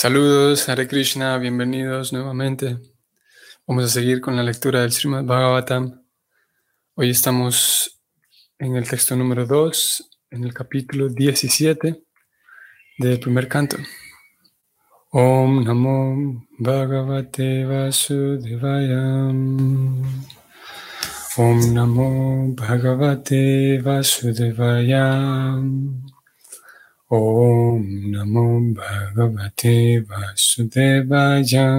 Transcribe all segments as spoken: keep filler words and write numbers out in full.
Saludos, Hare Krishna, bienvenidos nuevamente. Vamos a seguir con la lectura del Srimad Bhagavatam. Hoy estamos en el texto número dos, en el capítulo diecisiete del primer canto. Om Namo Bhagavate Vasudevaya. Om Namo Bhagavate Vasudevaya. Om Namo Bhagavate Vasudevaya.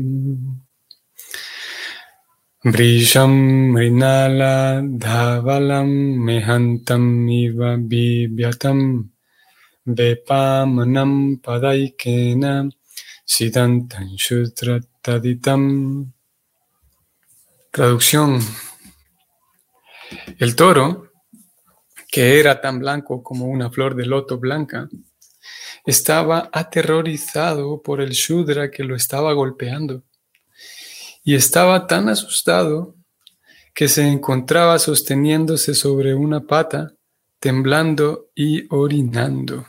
Vrisham Mrinala Dhavalam Mehantam Iva Bibhyatam Vepamanam Padaikena Siddhantam Shudrataditam. Traducción. El toro, que era tan blanco como una flor de loto blanca, estaba aterrorizado por el Shudra que lo estaba golpeando, y estaba tan asustado que se encontraba sosteniéndose sobre una pata, temblando y orinando.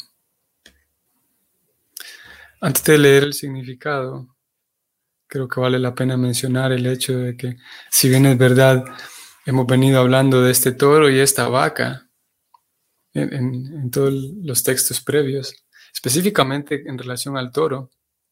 Antes de leer el significado, creo que vale la pena mencionar el hecho de que, si bien es verdad, hemos venido hablando de este toro y esta vaca en, en, en todos los textos previos, específicamente en relación al toro.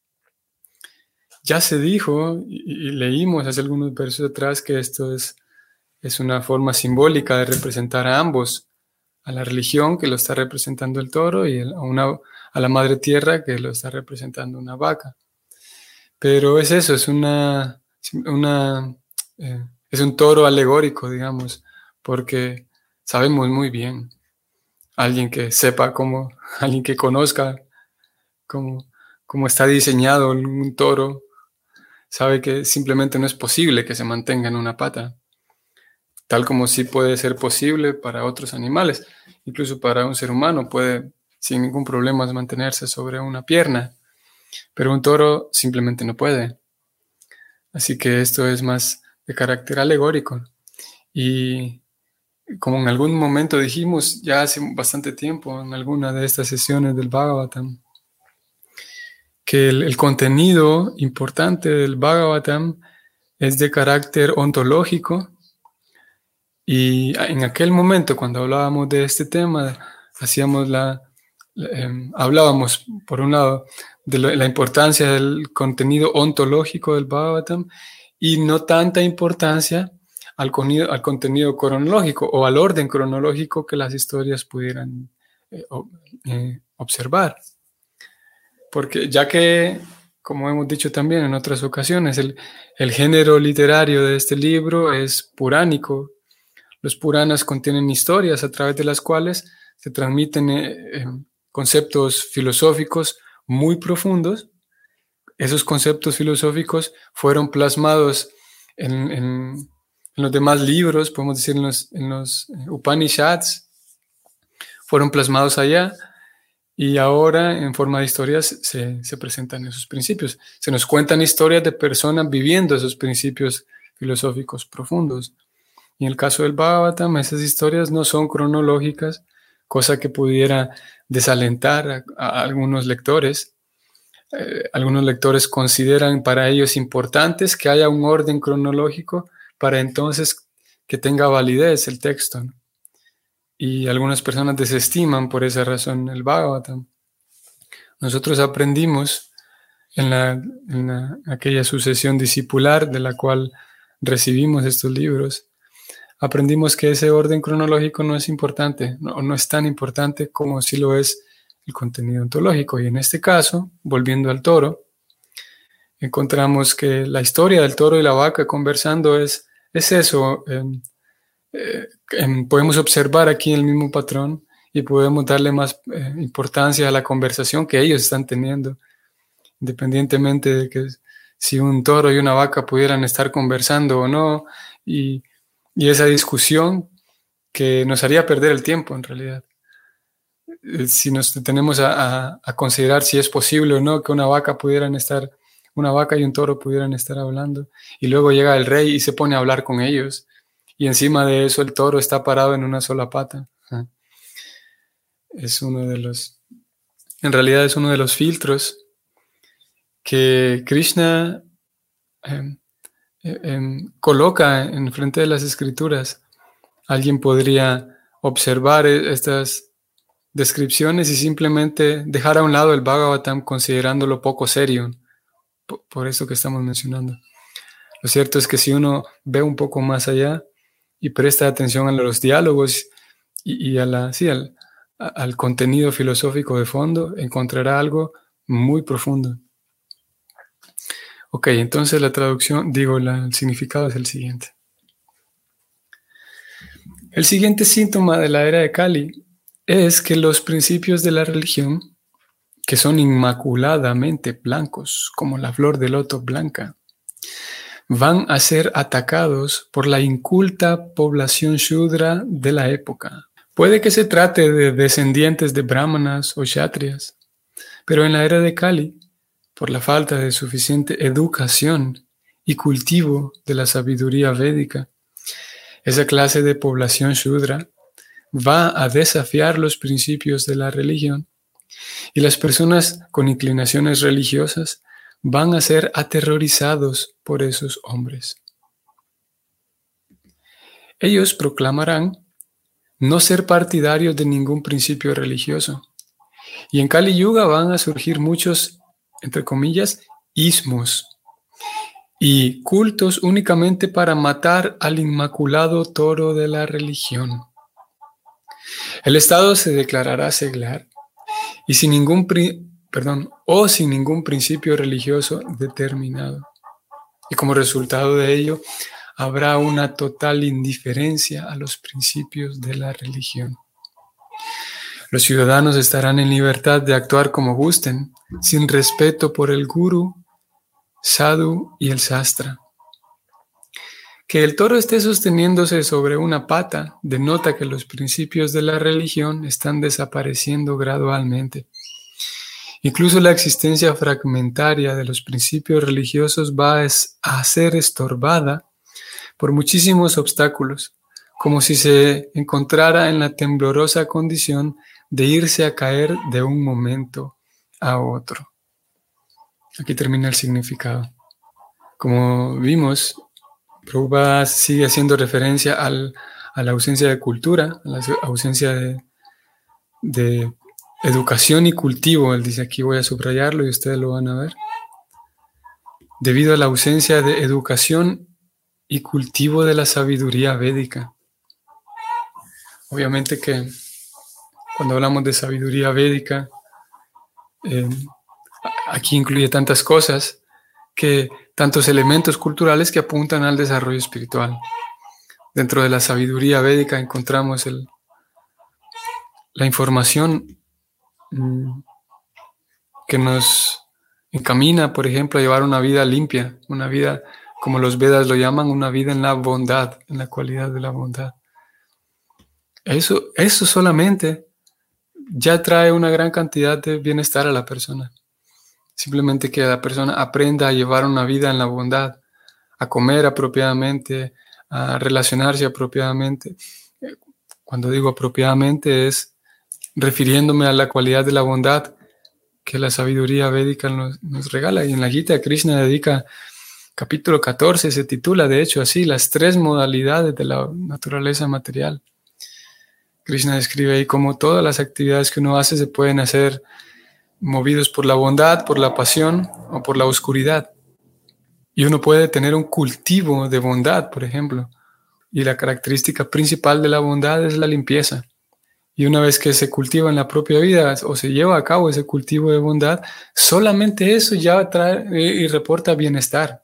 Ya se dijo y, y leímos hace algunos versos atrás que esto es, es una forma simbólica de representar a ambos, a la religión que lo está representando el toro y a, una, a la madre tierra que lo está representando una vaca. Pero es eso, es una, una eh, es un toro alegórico, digamos, porque sabemos muy bien, alguien que sepa cómo, alguien que conozca cómo, cómo está diseñado un toro, sabe que simplemente no es posible que se mantenga en una pata, tal como sí puede ser posible para otros animales. Incluso para un ser humano puede sin ningún problema mantenerse sobre una pierna, pero un toro simplemente no puede. Así que esto es más de carácter alegórico. Y como en algún momento dijimos, ya hace bastante tiempo, en alguna de estas sesiones del Bhagavatam, que el, el contenido importante del Bhagavatam es de carácter ontológico, y en aquel momento cuando hablábamos de este tema hacíamos la, la eh, hablábamos por un lado de lo, la importancia del contenido ontológico del Bhagavatam y no tanta importancia al, conido, al contenido cronológico o al orden cronológico que las historias pudieran eh, eh, observar. Porque ya que, como hemos dicho también en otras ocasiones, el, el género literario de este libro es puránico. Los Puranas contienen historias a través de las cuales se transmiten eh, eh, conceptos filosóficos muy profundos. Esos conceptos filosóficos fueron plasmados en, en, en los demás libros, podemos decir en los, en los Upanishads, fueron plasmados allá. Y ahora, en forma de historias, se, se presentan esos principios. Se nos cuentan historias de personas viviendo esos principios filosóficos profundos. Y en el caso del Bhagavatam, esas historias no son cronológicas, cosa que pudiera desalentar a, a algunos lectores. Eh, algunos lectores consideran para ellos importantes que haya un orden cronológico para entonces que tenga validez el texto, ¿no? Y algunas personas desestiman por esa razón el Bhagavatam. Nosotros aprendimos en, la, en la, aquella sucesión discipular de la cual recibimos estos libros, aprendimos que ese orden cronológico no es importante, no, no es tan importante como si lo es el contenido ontológico. Y en este caso, volviendo al toro, encontramos que la historia del toro y la vaca conversando es, es eso. Eh, eh, eh, podemos observar aquí el mismo patrón y podemos darle más eh, importancia a la conversación que ellos están teniendo, independientemente de que si un toro y una vaca pudieran estar conversando o no, y, y esa discusión que nos haría perder el tiempo en realidad. Eh, si nos detenemos a, a, a considerar si es posible o no que una vaca pudieran estar, una vaca y un toro pudieran estar hablando, y luego llega el rey y se pone a hablar con ellos, y encima de eso el toro está parado en una sola pata. Es uno de los, en realidad es uno de los filtros que Krishna eh, eh, eh, coloca en frente de las escrituras. Alguien podría observar estas descripciones y simplemente dejar a un lado el Bhagavatam considerándolo poco serio, por, por eso que estamos mencionando. Lo cierto es que si uno ve un poco más allá y presta atención a los diálogos y, y a la, sí, al, a, al contenido filosófico de fondo, encontrará algo muy profundo. Ok, entonces la traducción, digo, la, el significado es el siguiente. El siguiente síntoma de la era de Kali es que los principios de la religión, que son inmaculadamente blancos, como la flor de loto blanca, van a ser atacados por la inculta población Shudra de la época. Puede que se trate de descendientes de brahmanas o kshatriyas, pero en la era de Kali, por la falta de suficiente educación y cultivo de la sabiduría védica, esa clase de población Shudra va a desafiar los principios de la religión y las personas con inclinaciones religiosas van a ser aterrorizados por esos hombres. Ellos proclamarán no ser partidarios de ningún principio religioso. Y en Kali Yuga van a surgir muchos, entre comillas, ismos y cultos únicamente para matar al inmaculado toro de la religión. El Estado se declarará seglar y sin ningún pri- perdón, o sin ningún principio religioso determinado. Y como resultado de ello, habrá una total indiferencia a los principios de la religión. Los ciudadanos estarán en libertad de actuar como gusten, sin respeto por el guru, sadhu y el sastra. Que el toro esté sosteniéndose sobre una pata denota que los principios de la religión están desapareciendo gradualmente. Incluso la existencia fragmentaria de los principios religiosos va a ser estorbada por muchísimos obstáculos, como si se encontrara en la temblorosa condición de irse a caer de un momento a otro. Aquí termina el significado. Como vimos, Prabhupada sigue haciendo referencia al, a la ausencia de cultura, a la ausencia de, de educación y cultivo. Él dice, aquí voy a subrayarlo y ustedes lo van a ver. Debido a la ausencia de educación y cultivo de la sabiduría védica. Obviamente que cuando hablamos de sabiduría védica, eh, aquí incluye tantas cosas, que tantos elementos culturales que apuntan al desarrollo espiritual. Dentro de la sabiduría védica encontramos el, la información mmm, que nos encamina, por ejemplo, a llevar una vida limpia, una vida, como los Vedas lo llaman, una vida en la bondad, en la cualidad de la bondad. Eso, eso solamente ya trae una gran cantidad de bienestar a la persona. Simplemente que la persona aprenda a llevar una vida en la bondad, a comer apropiadamente, a relacionarse apropiadamente. Cuando digo apropiadamente es refiriéndome a la cualidad de la bondad que la sabiduría védica nos, nos regala. Y en la Gita Krishna dedica capítulo catorce, se titula de hecho así, las tres modalidades de la naturaleza material. Krishna describe ahí cómo todas las actividades que uno hace se pueden hacer movidos por la bondad, por la pasión o por la oscuridad. Y uno puede tener un cultivo de bondad, por ejemplo. Y la característica principal de la bondad es la limpieza. Y una vez que se cultiva en la propia vida o se lleva a cabo ese cultivo de bondad, solamente eso ya trae y reporta bienestar.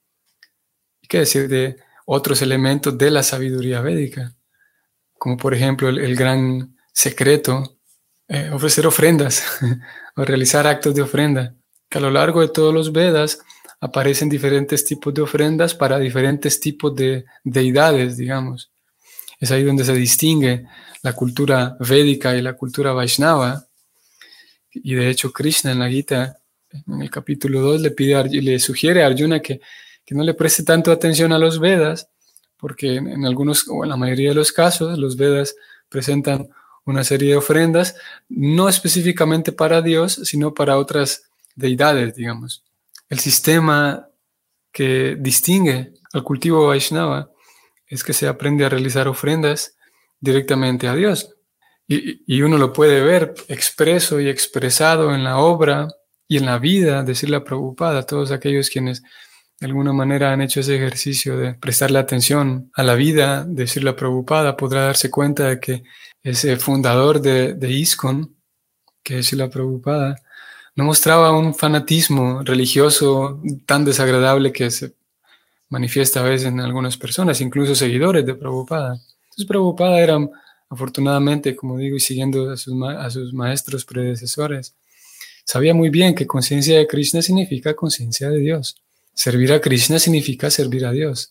¿Y qué decir de otros elementos de la sabiduría védica? Como por ejemplo el, el gran secreto, eh, ofrecer ofrendas o realizar actos de ofrenda, que a lo largo de todos los Vedas aparecen diferentes tipos de ofrendas para diferentes tipos de deidades, digamos. Es ahí donde se distingue la cultura védica y la cultura Vaishnava. Y de hecho Krishna en la Gita, en el capítulo dos, le, pide, le sugiere a Arjuna que, que no le preste tanto atención a los Vedas, porque en, en algunos, o en la mayoría de los casos, los Vedas presentan una serie de ofrendas, no específicamente para Dios, sino para otras deidades, digamos. el sistema que distingue al cultivo Vaishnava es que se aprende a realizar ofrendas directamente a Dios. Y, y uno lo puede ver expreso y expresado en la obra y en la vida de Srila Prabhupada. Todos aquellos quienes de alguna manera han hecho ese ejercicio de prestarle atención a la vida de Srila Prabhupada podrá darse cuenta de que ese fundador de, de ISKCON, que es Srila Prabhupada, no mostraba un fanatismo religioso tan desagradable que se manifiesta a veces en algunas personas, incluso seguidores de Prabhupada. Entonces Prabhupada era, afortunadamente, como digo, y siguiendo a sus, ma- a sus maestros predecesores, sabía muy bien que conciencia de Krishna significa conciencia de Dios. Servir a Krishna significa servir a Dios.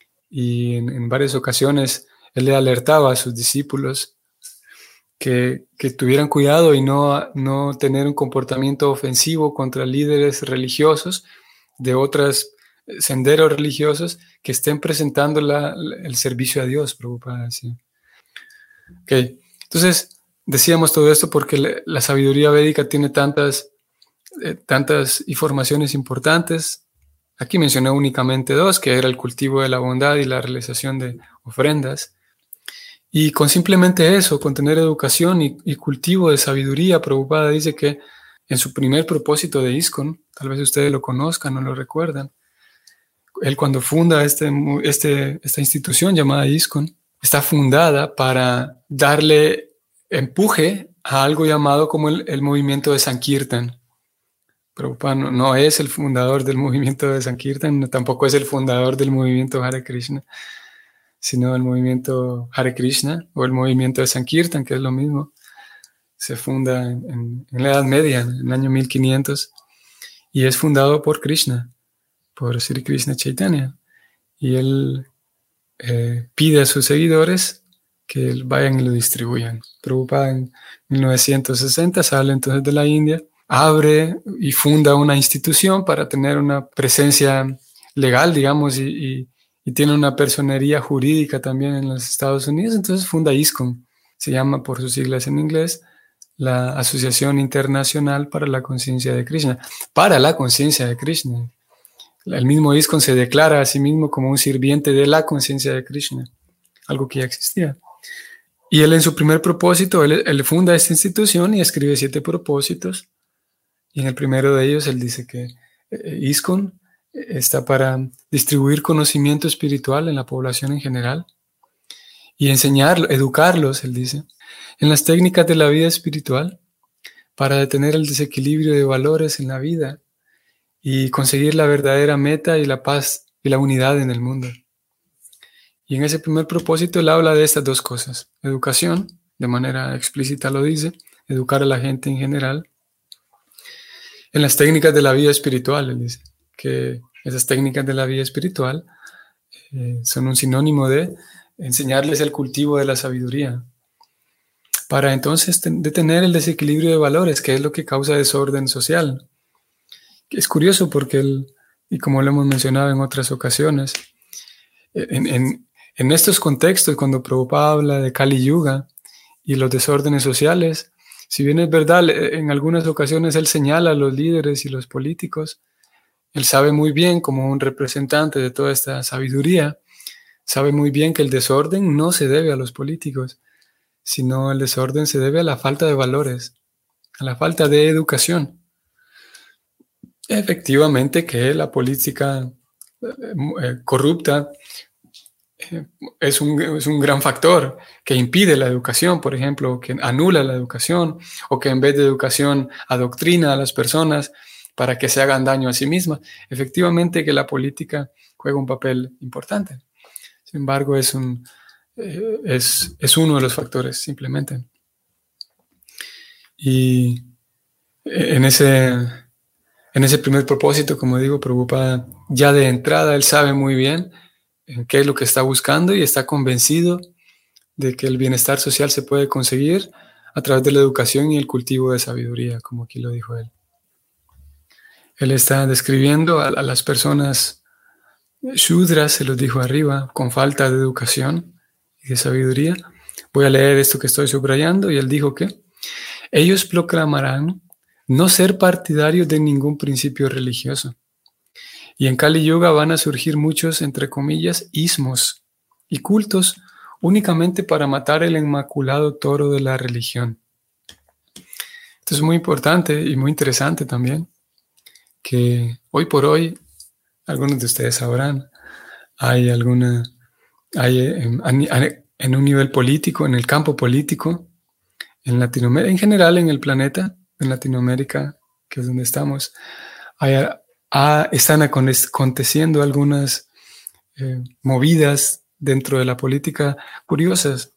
Y en, en varias ocasiones él le alertaba a sus discípulos que, que tuvieran cuidado y no, no tener un comportamiento ofensivo contra líderes religiosos de otros senderos religiosos que estén presentando la, el servicio a Dios, Prabhupada decía. Okay. Entonces, decíamos todo esto porque le, la sabiduría védica tiene tantas, eh, tantas informaciones importantes. Aquí mencioné únicamente dos, que era el cultivo de la bondad y la realización de ofrendas. Y con simplemente eso, con tener educación y, y cultivo de sabiduría, Prabhupada dice que en su primer propósito de ISKCON, tal vez ustedes lo conozcan o lo recuerdan, él cuando funda este, este, esta institución llamada ISKCON, está fundada para darle empuje a algo llamado como el, el movimiento de Sankirtan. Prabhupada no, no es el fundador del movimiento de Sankirtan, no, tampoco es el fundador del movimiento Hare Krishna, sino el movimiento Hare Krishna o el movimiento de Sankirtan, que es lo mismo. Se funda en, en, en la Edad Media, en el año mil quinientos, y es fundado por Krishna, por Sri Krishna Chaitanya. Y él eh, pide a sus seguidores que vayan y lo distribuyan. Prabhupada en mil novecientos sesenta sale entonces de la India, abre y funda una institución para tener una presencia legal, digamos, y, y, y tiene una personería jurídica también en los Estados Unidos. Entonces funda ISKCON, se llama por sus siglas en inglés, la Asociación Internacional para la Conciencia de Krishna, para la conciencia de Krishna. El mismo ISKCON se declara a sí mismo como un sirviente de la conciencia de Krishna, algo que ya existía. Y él en su primer propósito, él, él funda esta institución y escribe siete propósitos. Y en el primero de ellos él dice que eh, ISKCON está para distribuir conocimiento espiritual en la población en general y enseñarlo, educarlos, él dice, en las técnicas de la vida espiritual para detener el desequilibrio de valores en la vida y conseguir la verdadera meta y la paz y la unidad en el mundo. Y en ese primer propósito él habla de estas dos cosas. Educación, de manera explícita lo dice, educar a la gente en general. En las técnicas de la vida espiritual, él dice que esas técnicas de la vida espiritual eh, son un sinónimo de enseñarles el cultivo de la sabiduría para entonces detener el desequilibrio de valores, que es lo que causa desorden social. Es curioso porque, él, y como lo hemos mencionado en otras ocasiones, en, en, en estos contextos, cuando Prabhupada habla de Kali Yuga y los desórdenes sociales, si bien es verdad, en algunas ocasiones él señala a los líderes y los políticos, él sabe muy bien, como un representante de toda esta sabiduría, sabe muy bien que el desorden no se debe a los políticos, sino el desorden se debe a la falta de valores, a la falta de educación. Efectivamente que la política eh, corrupta eh, es, un, es un gran factor que impide la educación, por ejemplo, que anula la educación o que en vez de educación adoctrina a las personas para que se hagan daño a sí mismas. Efectivamente que la política juega un papel importante. Sin embargo, es, un, eh, es, es uno de los factores, simplemente. Y en ese... En ese primer propósito, como digo, Prabhupada, ya de entrada él sabe muy bien qué es lo que está buscando y está convencido de que el bienestar social se puede conseguir a través de la educación y el cultivo de sabiduría, como aquí lo dijo él. Él está describiendo a, a las personas shudras, se los dijo arriba, con falta de educación y de sabiduría. Voy a leer esto que estoy subrayando y él dijo que ellos proclamarán no ser partidarios de ningún principio religioso. Y en Kali Yuga van a surgir muchos, entre comillas, ismos y cultos únicamente para matar el inmaculado toro de la religión. Esto es muy importante y muy interesante también, que hoy por hoy, algunos de ustedes sabrán, hay alguna, hay en, en un nivel político, en el campo político, en Latinoamérica, en general en el planeta, en Latinoamérica, que es donde estamos, hay, a, están aconteciendo algunas eh, movidas dentro de la política curiosas.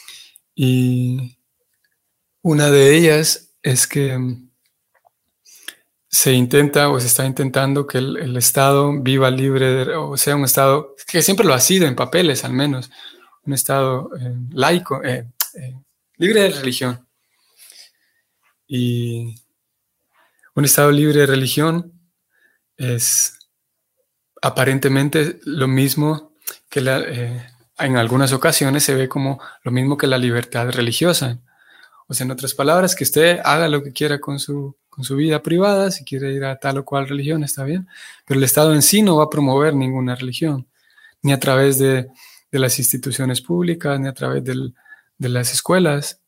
Y una de ellas es que um, se intenta o se está intentando que el, el Estado viva libre, de, o sea, un Estado que siempre lo ha sido en papeles al menos, un Estado eh, laico, eh, eh, libre de religión. Y un Estado libre de religión es aparentemente lo mismo que la, eh, en algunas ocasiones se ve como lo mismo que la libertad religiosa. O sea, en otras palabras, que usted haga lo que quiera con su, con su vida privada, si quiere ir a tal o cual religión, está bien, pero el Estado en sí no va a promover ninguna religión, ni a través de, de las instituciones públicas, ni a través del, de las escuelas.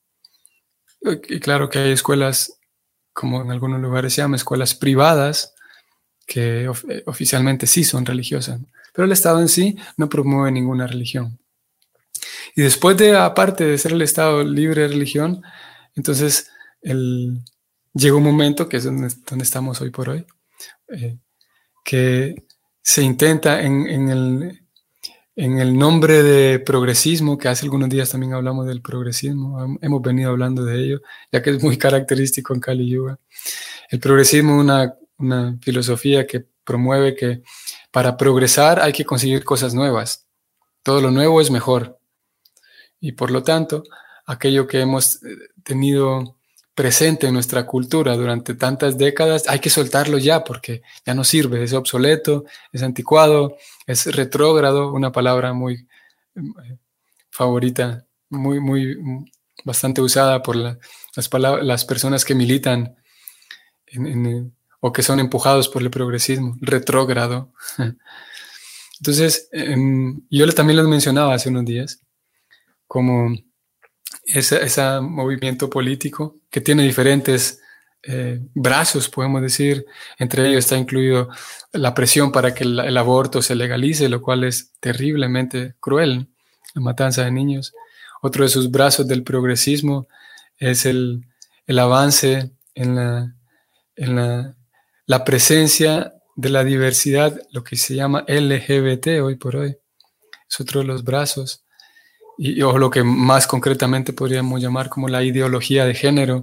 Y claro que hay escuelas, como en algunos lugares se llama, escuelas privadas, que of oficialmente sí son religiosas, pero el Estado en sí no promueve ninguna religión. Y después de, aparte de ser el Estado libre de religión, entonces el, llega un momento, que es donde, donde estamos hoy por hoy, eh, que se intenta en, en, el, en el nombre de progresismo, que hace algunos días también hablamos del progresismo, hemos venido hablando de ello, ya que es muy característico en Kali Yuga. El progresismo es una, una filosofía que promueve que para progresar hay que conseguir cosas nuevas. Todo lo nuevo es mejor. Y por lo tanto, aquello que hemos tenido presente en nuestra cultura durante tantas décadas, hay que soltarlo ya porque ya no sirve, es obsoleto, es anticuado, es retrógrado, una palabra muy eh, favorita, muy, muy, bastante usada por la, las, las personas que militan en, en, o que son empujados por el progresismo, retrógrado. Entonces, eh, yo también lo mencionaba hace unos días, como ese, ese movimiento político que tiene diferentes eh, brazos, podemos decir. Entre ellos está incluido la presión para que el, el aborto se legalice, lo cual es terriblemente cruel, la matanza de niños. Otro de sus brazos del progresismo es el, el avance en, la, en la, la presencia de la diversidad, lo que se llama L G B T hoy por hoy. Es otro de los brazos. Y, o lo que más concretamente podríamos llamar como la ideología de género.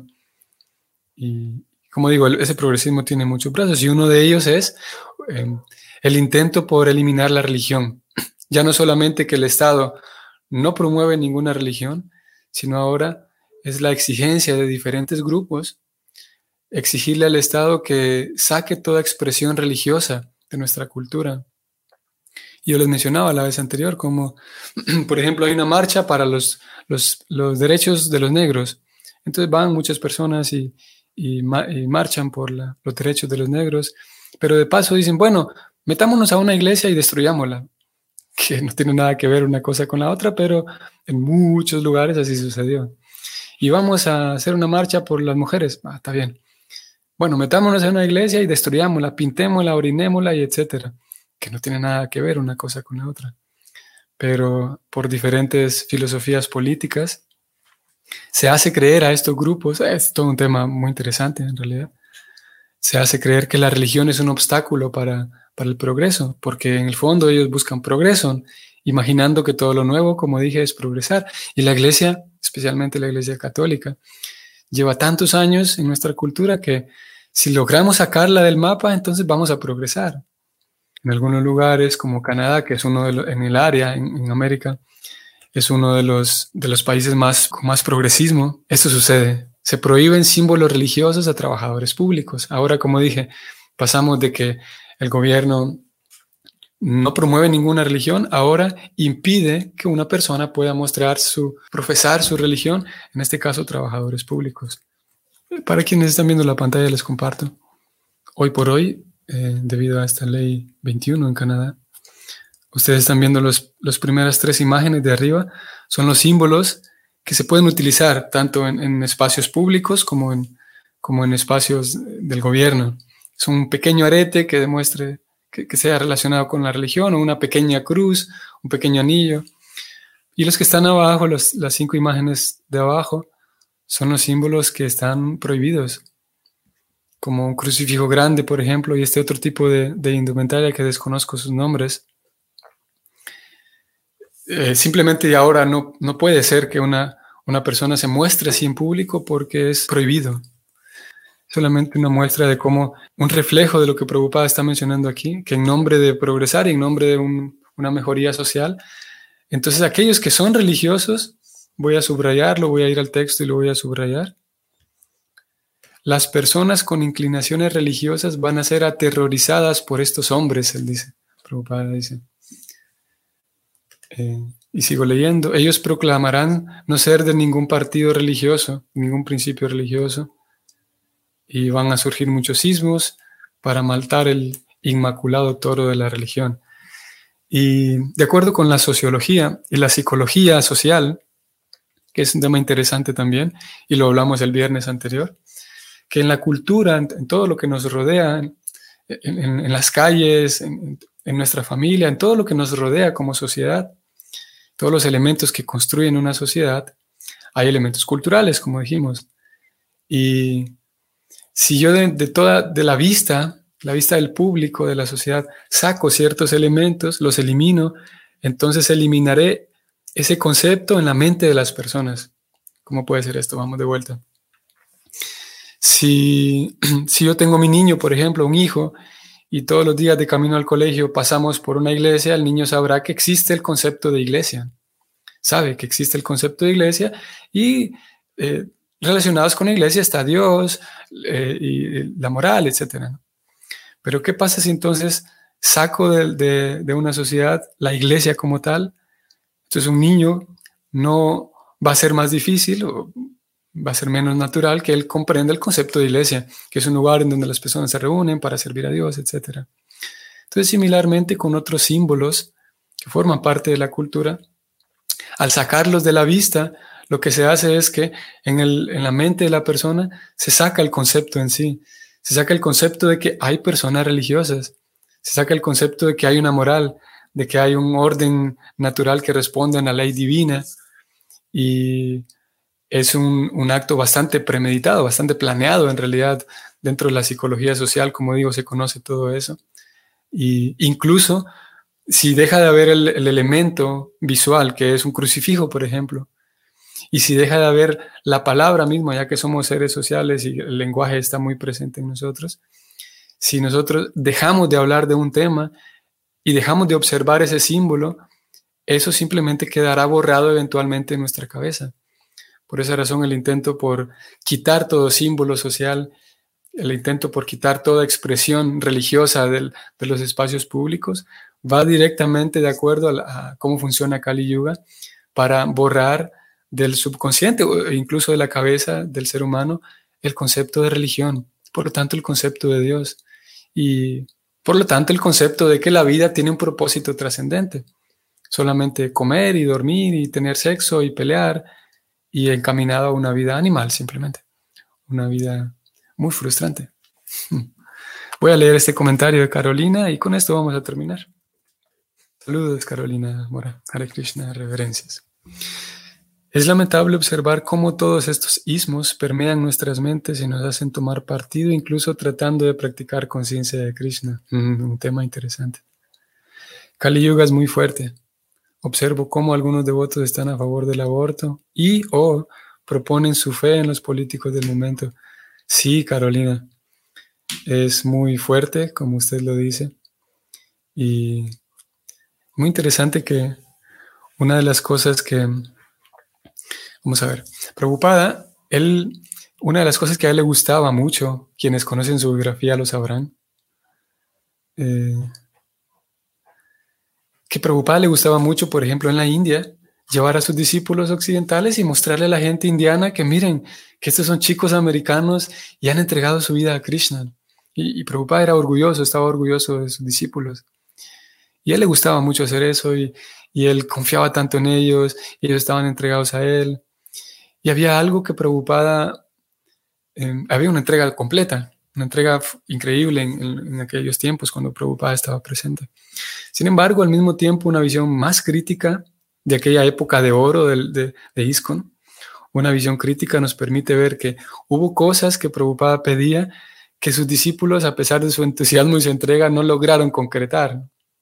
Y como digo, ese progresismo tiene muchos brazos y uno de ellos es eh, el intento por eliminar la religión. Ya no solamente que el Estado no promueve ninguna religión, sino ahora es la exigencia de diferentes grupos, exigirle al Estado que saque toda expresión religiosa de nuestra cultura. Yo les mencionaba la vez anterior como, por ejemplo, hay una marcha para los, los, los derechos de los negros. Entonces van muchas personas y, y, y marchan por la, los derechos de los negros, pero de paso dicen, bueno, metámonos a una iglesia y destruyámosla, que no tiene nada que ver una cosa con la otra, pero en muchos lugares así sucedió. Y vamos a hacer una marcha por las mujeres. Ah, está bien. Bueno, metámonos a una iglesia y destruyámosla, pintémosla, orinémosla y etcétera. Que no tiene nada que ver una cosa con la otra. Pero por diferentes filosofías políticas se hace creer a estos grupos, es todo un tema muy interesante en realidad, se hace creer que la religión es un obstáculo para, para el progreso, porque en el fondo ellos buscan progreso, imaginando que todo lo nuevo, como dije, es progresar. Y la iglesia, especialmente la iglesia católica, lleva tantos años en nuestra cultura que si logramos sacarla del mapa, entonces vamos a progresar. En algunos lugares como Canadá, que es uno de los, en el área, en, en América, es uno de los, de los países más, con más progresismo. Esto sucede. Se prohíben símbolos religiosos a trabajadores públicos. Ahora, como dije, pasamos de que el gobierno no promueve ninguna religión, ahora impide que una persona pueda mostrar su, profesar su religión, en este caso, trabajadores públicos. Para quienes están viendo la pantalla, les comparto. Hoy por hoy, eh, debido a esta ley veintiuno en Canadá. Ustedes están viendo los, los primeras tres imágenes de arriba. Son los símbolos que se pueden utilizar tanto en, en espacios públicos como en, como en espacios del gobierno. Es un pequeño arete que demuestre que, que sea relacionado con la religión, o una pequeña cruz, un pequeño anillo. Y los que están abajo, los, las cinco imágenes de abajo, son los símbolos que están prohibidos, como un crucifijo grande, por ejemplo, y este otro tipo de, de indumentaria que desconozco sus nombres. Eh, simplemente ahora no, no puede ser que una, una persona se muestre así en público porque es prohibido. Solamente una muestra de cómo, un reflejo de lo que Prabhupada está mencionando aquí, que en nombre de progresar y en nombre de un, una mejoría social, entonces aquellos que son religiosos, voy a subrayarlo, voy a ir al texto y lo voy a subrayar. Las personas con inclinaciones religiosas van a ser aterrorizadas por estos hombres, él dice, Prabhupada dice. Eh, y sigo leyendo. Ellos proclamarán no ser de ningún partido religioso, ningún principio religioso, y van a surgir muchos sismos para maltar el inmaculado toro de la religión. Y de acuerdo con la sociología y la psicología social, que es un tema interesante también, y lo hablamos el viernes anterior, que en la cultura, en, en todo lo que nos rodea, en, en, en las calles, en, en nuestra familia, en todo lo que nos rodea como sociedad, todos los elementos que construyen una sociedad, hay elementos culturales, como dijimos. Y si yo de, de toda, de la vista, la vista del público, de la sociedad, saco ciertos elementos, los elimino, entonces eliminaré ese concepto en la mente de las personas. ¿Cómo puede ser esto? Vamos de vuelta. Si, si yo tengo mi niño, por ejemplo, un hijo, y todos los días de camino al colegio pasamos por una iglesia, el niño sabrá que existe el concepto de iglesia. Sabe que existe el concepto de iglesia y eh, relacionados con la iglesia está Dios eh, y la moral, etcétera. Pero ¿qué pasa si entonces saco de, de, de una sociedad la iglesia como tal? Entonces un niño no va a ser más difícil o va a ser menos natural que él comprenda el concepto de iglesia, que es un lugar en donde las personas se reúnen para servir a Dios, etcétera. Entonces, similarmente con otros símbolos que forman parte de la cultura, al sacarlos de la vista, lo que se hace es que en, el, en la mente de la persona se saca el concepto en sí, se saca el concepto de que hay personas religiosas, se saca el concepto de que hay una moral, de que hay un orden natural que responde a una ley divina, y es un, un acto bastante premeditado, bastante planeado en realidad. Dentro de la psicología social, como digo, se conoce todo eso. Y incluso si deja de haber el, el elemento visual, que es un crucifijo, por ejemplo, y si deja de haber la palabra misma, ya que somos seres sociales y el lenguaje está muy presente en nosotros, si nosotros dejamos de hablar de un tema y dejamos de observar ese símbolo, eso simplemente quedará borrado eventualmente en nuestra cabeza. Por esa razón, el intento por quitar todo símbolo social, el intento por quitar toda expresión religiosa del, de los espacios públicos, va directamente de acuerdo a, la, a cómo funciona Kali Yuga, para borrar del subconsciente o incluso de la cabeza del ser humano el concepto de religión, por lo tanto el concepto de Dios, y por lo tanto el concepto de que la vida tiene un propósito trascendente. Solamente comer y dormir y tener sexo y pelear, y encaminado a una vida animal, simplemente. Una vida muy frustrante. Voy a leer este comentario de Carolina y con esto vamos a terminar. Saludos, Carolina Mora. Hare Krishna, reverencias. Es lamentable observar cómo todos estos ismos permean nuestras mentes y nos hacen tomar partido, incluso tratando de practicar conciencia de Krishna. Mm, un tema interesante. Kali Yuga es muy fuerte. Observo cómo algunos devotos están a favor del aborto y o proponen su fe en los políticos del momento. Sí, Carolina, es muy fuerte, como usted lo dice. Y muy interesante que una de las cosas que... Vamos a ver. Prabhupada, él, una de las cosas que a él le gustaba mucho, quienes conocen su biografía lo sabrán, eh, que Prabhupada le gustaba mucho, por ejemplo, en la India, llevar a sus discípulos occidentales y mostrarle a la gente indiana que miren, que estos son chicos americanos y han entregado su vida a Krishna. Y, y Prabhupada era orgulloso, estaba orgulloso de sus discípulos. Y a él le gustaba mucho hacer eso y, y él confiaba tanto en ellos, y ellos estaban entregados a él. Y había algo que Prabhupada, eh, había una entrega completa, una entrega increíble en, en, en aquellos tiempos cuando Prabhupada estaba presente. Sin embargo, al mismo tiempo, una visión más crítica de aquella época de oro de, de, de ISKCON, una visión crítica nos permite ver que hubo cosas que Prabhupada pedía que sus discípulos, a pesar de su entusiasmo y su entrega, no lograron concretar.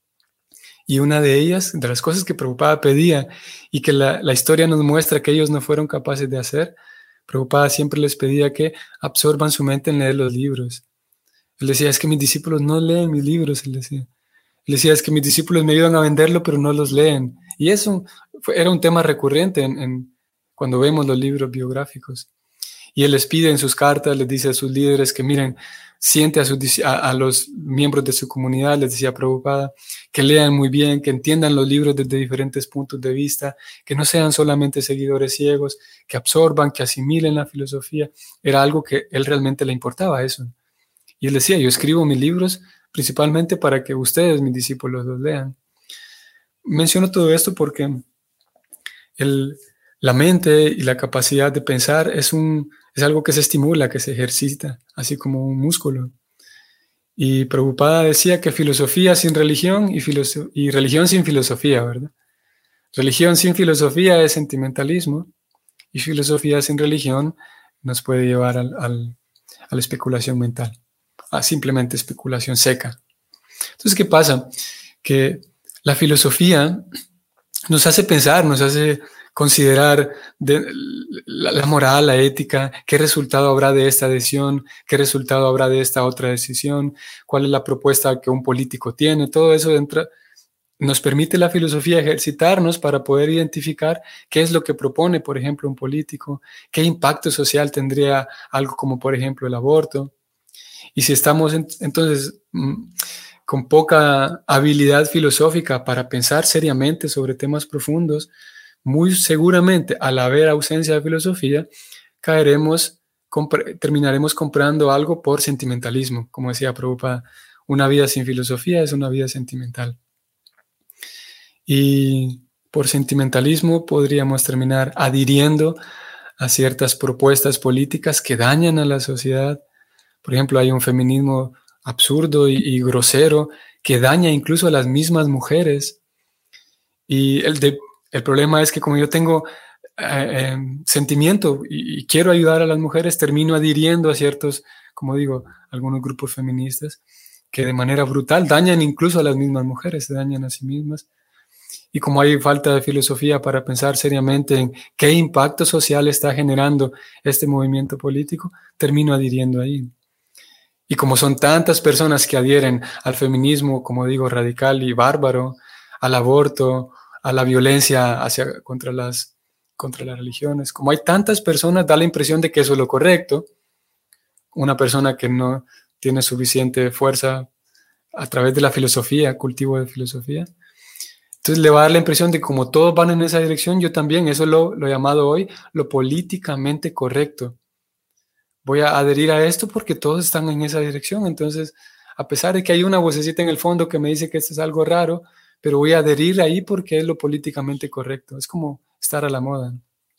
Y una de ellas, de las cosas que Prabhupada pedía y que la, la historia nos muestra que ellos no fueron capaces de hacer, Prabhupada siempre les pedía que absorban su mente en leer los libros. Él decía, es que mis discípulos no leen mis libros, él decía. Él decía, es que mis discípulos me ayudan a venderlo, pero no los leen. Y eso fue, era un tema recurrente en, en, cuando vemos los libros biográficos. Y él les pide en sus cartas, les dice a sus líderes que miren, siente a, sus, a, a los miembros de su comunidad, les decía Prabhupada, que lean muy bien, que entiendan los libros desde diferentes puntos de vista, que no sean solamente seguidores ciegos, que absorban, que asimilen la filosofía. Era algo que él realmente le importaba eso. Y él decía, yo escribo mis libros principalmente para que ustedes, mis discípulos, los lean. Menciono todo esto porque el, la mente y la capacidad de pensar es, un, es algo que se estimula, que se ejercita, así como un músculo. Y Prabhupada decía que filosofía sin religión y, filoso- y religión sin filosofía, ¿verdad? Religión sin filosofía es sentimentalismo y filosofía sin religión nos puede llevar al, al, a la especulación mental, a simplemente especulación seca. Entonces, ¿qué pasa? Que la filosofía nos hace pensar, nos hace considerar de la, la moral, la ética, qué resultado habrá de esta decisión, qué resultado habrá de esta otra decisión, cuál es la propuesta que un político tiene, todo eso entra, nos permite la filosofía ejercitarnos para poder identificar qué es lo que propone, por ejemplo, un político, qué impacto social tendría algo como, por ejemplo, el aborto. Y si estamos en, entonces mmm, con poca habilidad filosófica para pensar seriamente sobre temas profundos, muy seguramente al haber ausencia de filosofía, caeremos, compr- terminaremos comprando algo por sentimentalismo. Como decía Prabhupada, una vida sin filosofía es una vida sentimental. Y por sentimentalismo podríamos terminar adhiriendo a ciertas propuestas políticas que dañan a la sociedad. Por ejemplo, hay un feminismo absurdo y, y grosero que daña incluso a las mismas mujeres. Y el, de, el problema es que como yo tengo eh, eh, sentimiento y, y quiero ayudar a las mujeres, termino adhiriendo a ciertos, como digo, algunos grupos feministas que de manera brutal dañan incluso a las mismas mujeres, se dañan a sí mismas. Y como hay falta de filosofía para pensar seriamente en qué impacto social está generando este movimiento político, termino adhiriendo ahí. Y como son tantas personas que adhieren al feminismo, como digo, radical y bárbaro, al aborto, a la violencia hacia, contra, las, contra las religiones, como hay tantas personas, da la impresión de que eso es lo correcto. Una persona que no tiene suficiente fuerza a través de la filosofía, cultivo de filosofía, entonces le va a dar la impresión de que como todos van en esa dirección, yo también, eso lo, lo he llamado hoy lo políticamente correcto. Voy a adherir a esto porque todos están en esa dirección. Entonces, a pesar de que hay una vocecita en el fondo que me dice que esto es algo raro, pero voy a adherir ahí porque es lo políticamente correcto. Es como estar a la moda.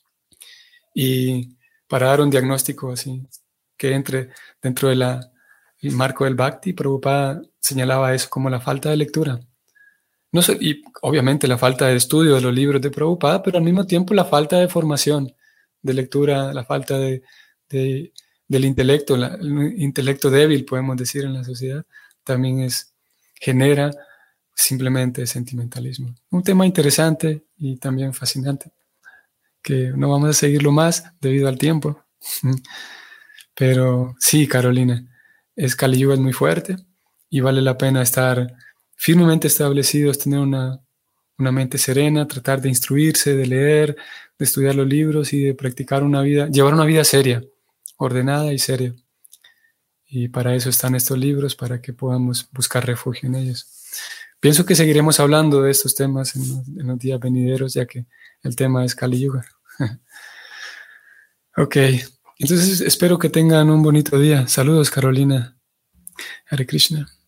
Y para dar un diagnóstico así, que entre dentro del marco del Bhakti, Prabhupada señalaba eso como la falta de lectura. No sé, y obviamente la falta de estudio de los libros de Prabhupada, pero al mismo tiempo la falta de formación, de lectura, la falta de, de, del intelecto, la, el intelecto débil, podemos decir, en la sociedad, también es, genera simplemente sentimentalismo. Un tema interesante y también fascinante, que no vamos a seguirlo más debido al tiempo. Pero sí, Carolina, es Kali Yuga es muy fuerte y vale la pena estar firmemente establecidos, tener una, una mente serena, tratar de instruirse, de leer, de estudiar los libros y de practicar una vida, llevar una vida seria, ordenada y seria. Y para eso están estos libros, para que podamos buscar refugio en ellos. Pienso que seguiremos hablando de estos temas en los, en los días venideros, ya que el tema es Kali Yuga. Ok, entonces espero que tengan un bonito día. Saludos, Carolina. Hare Krishna.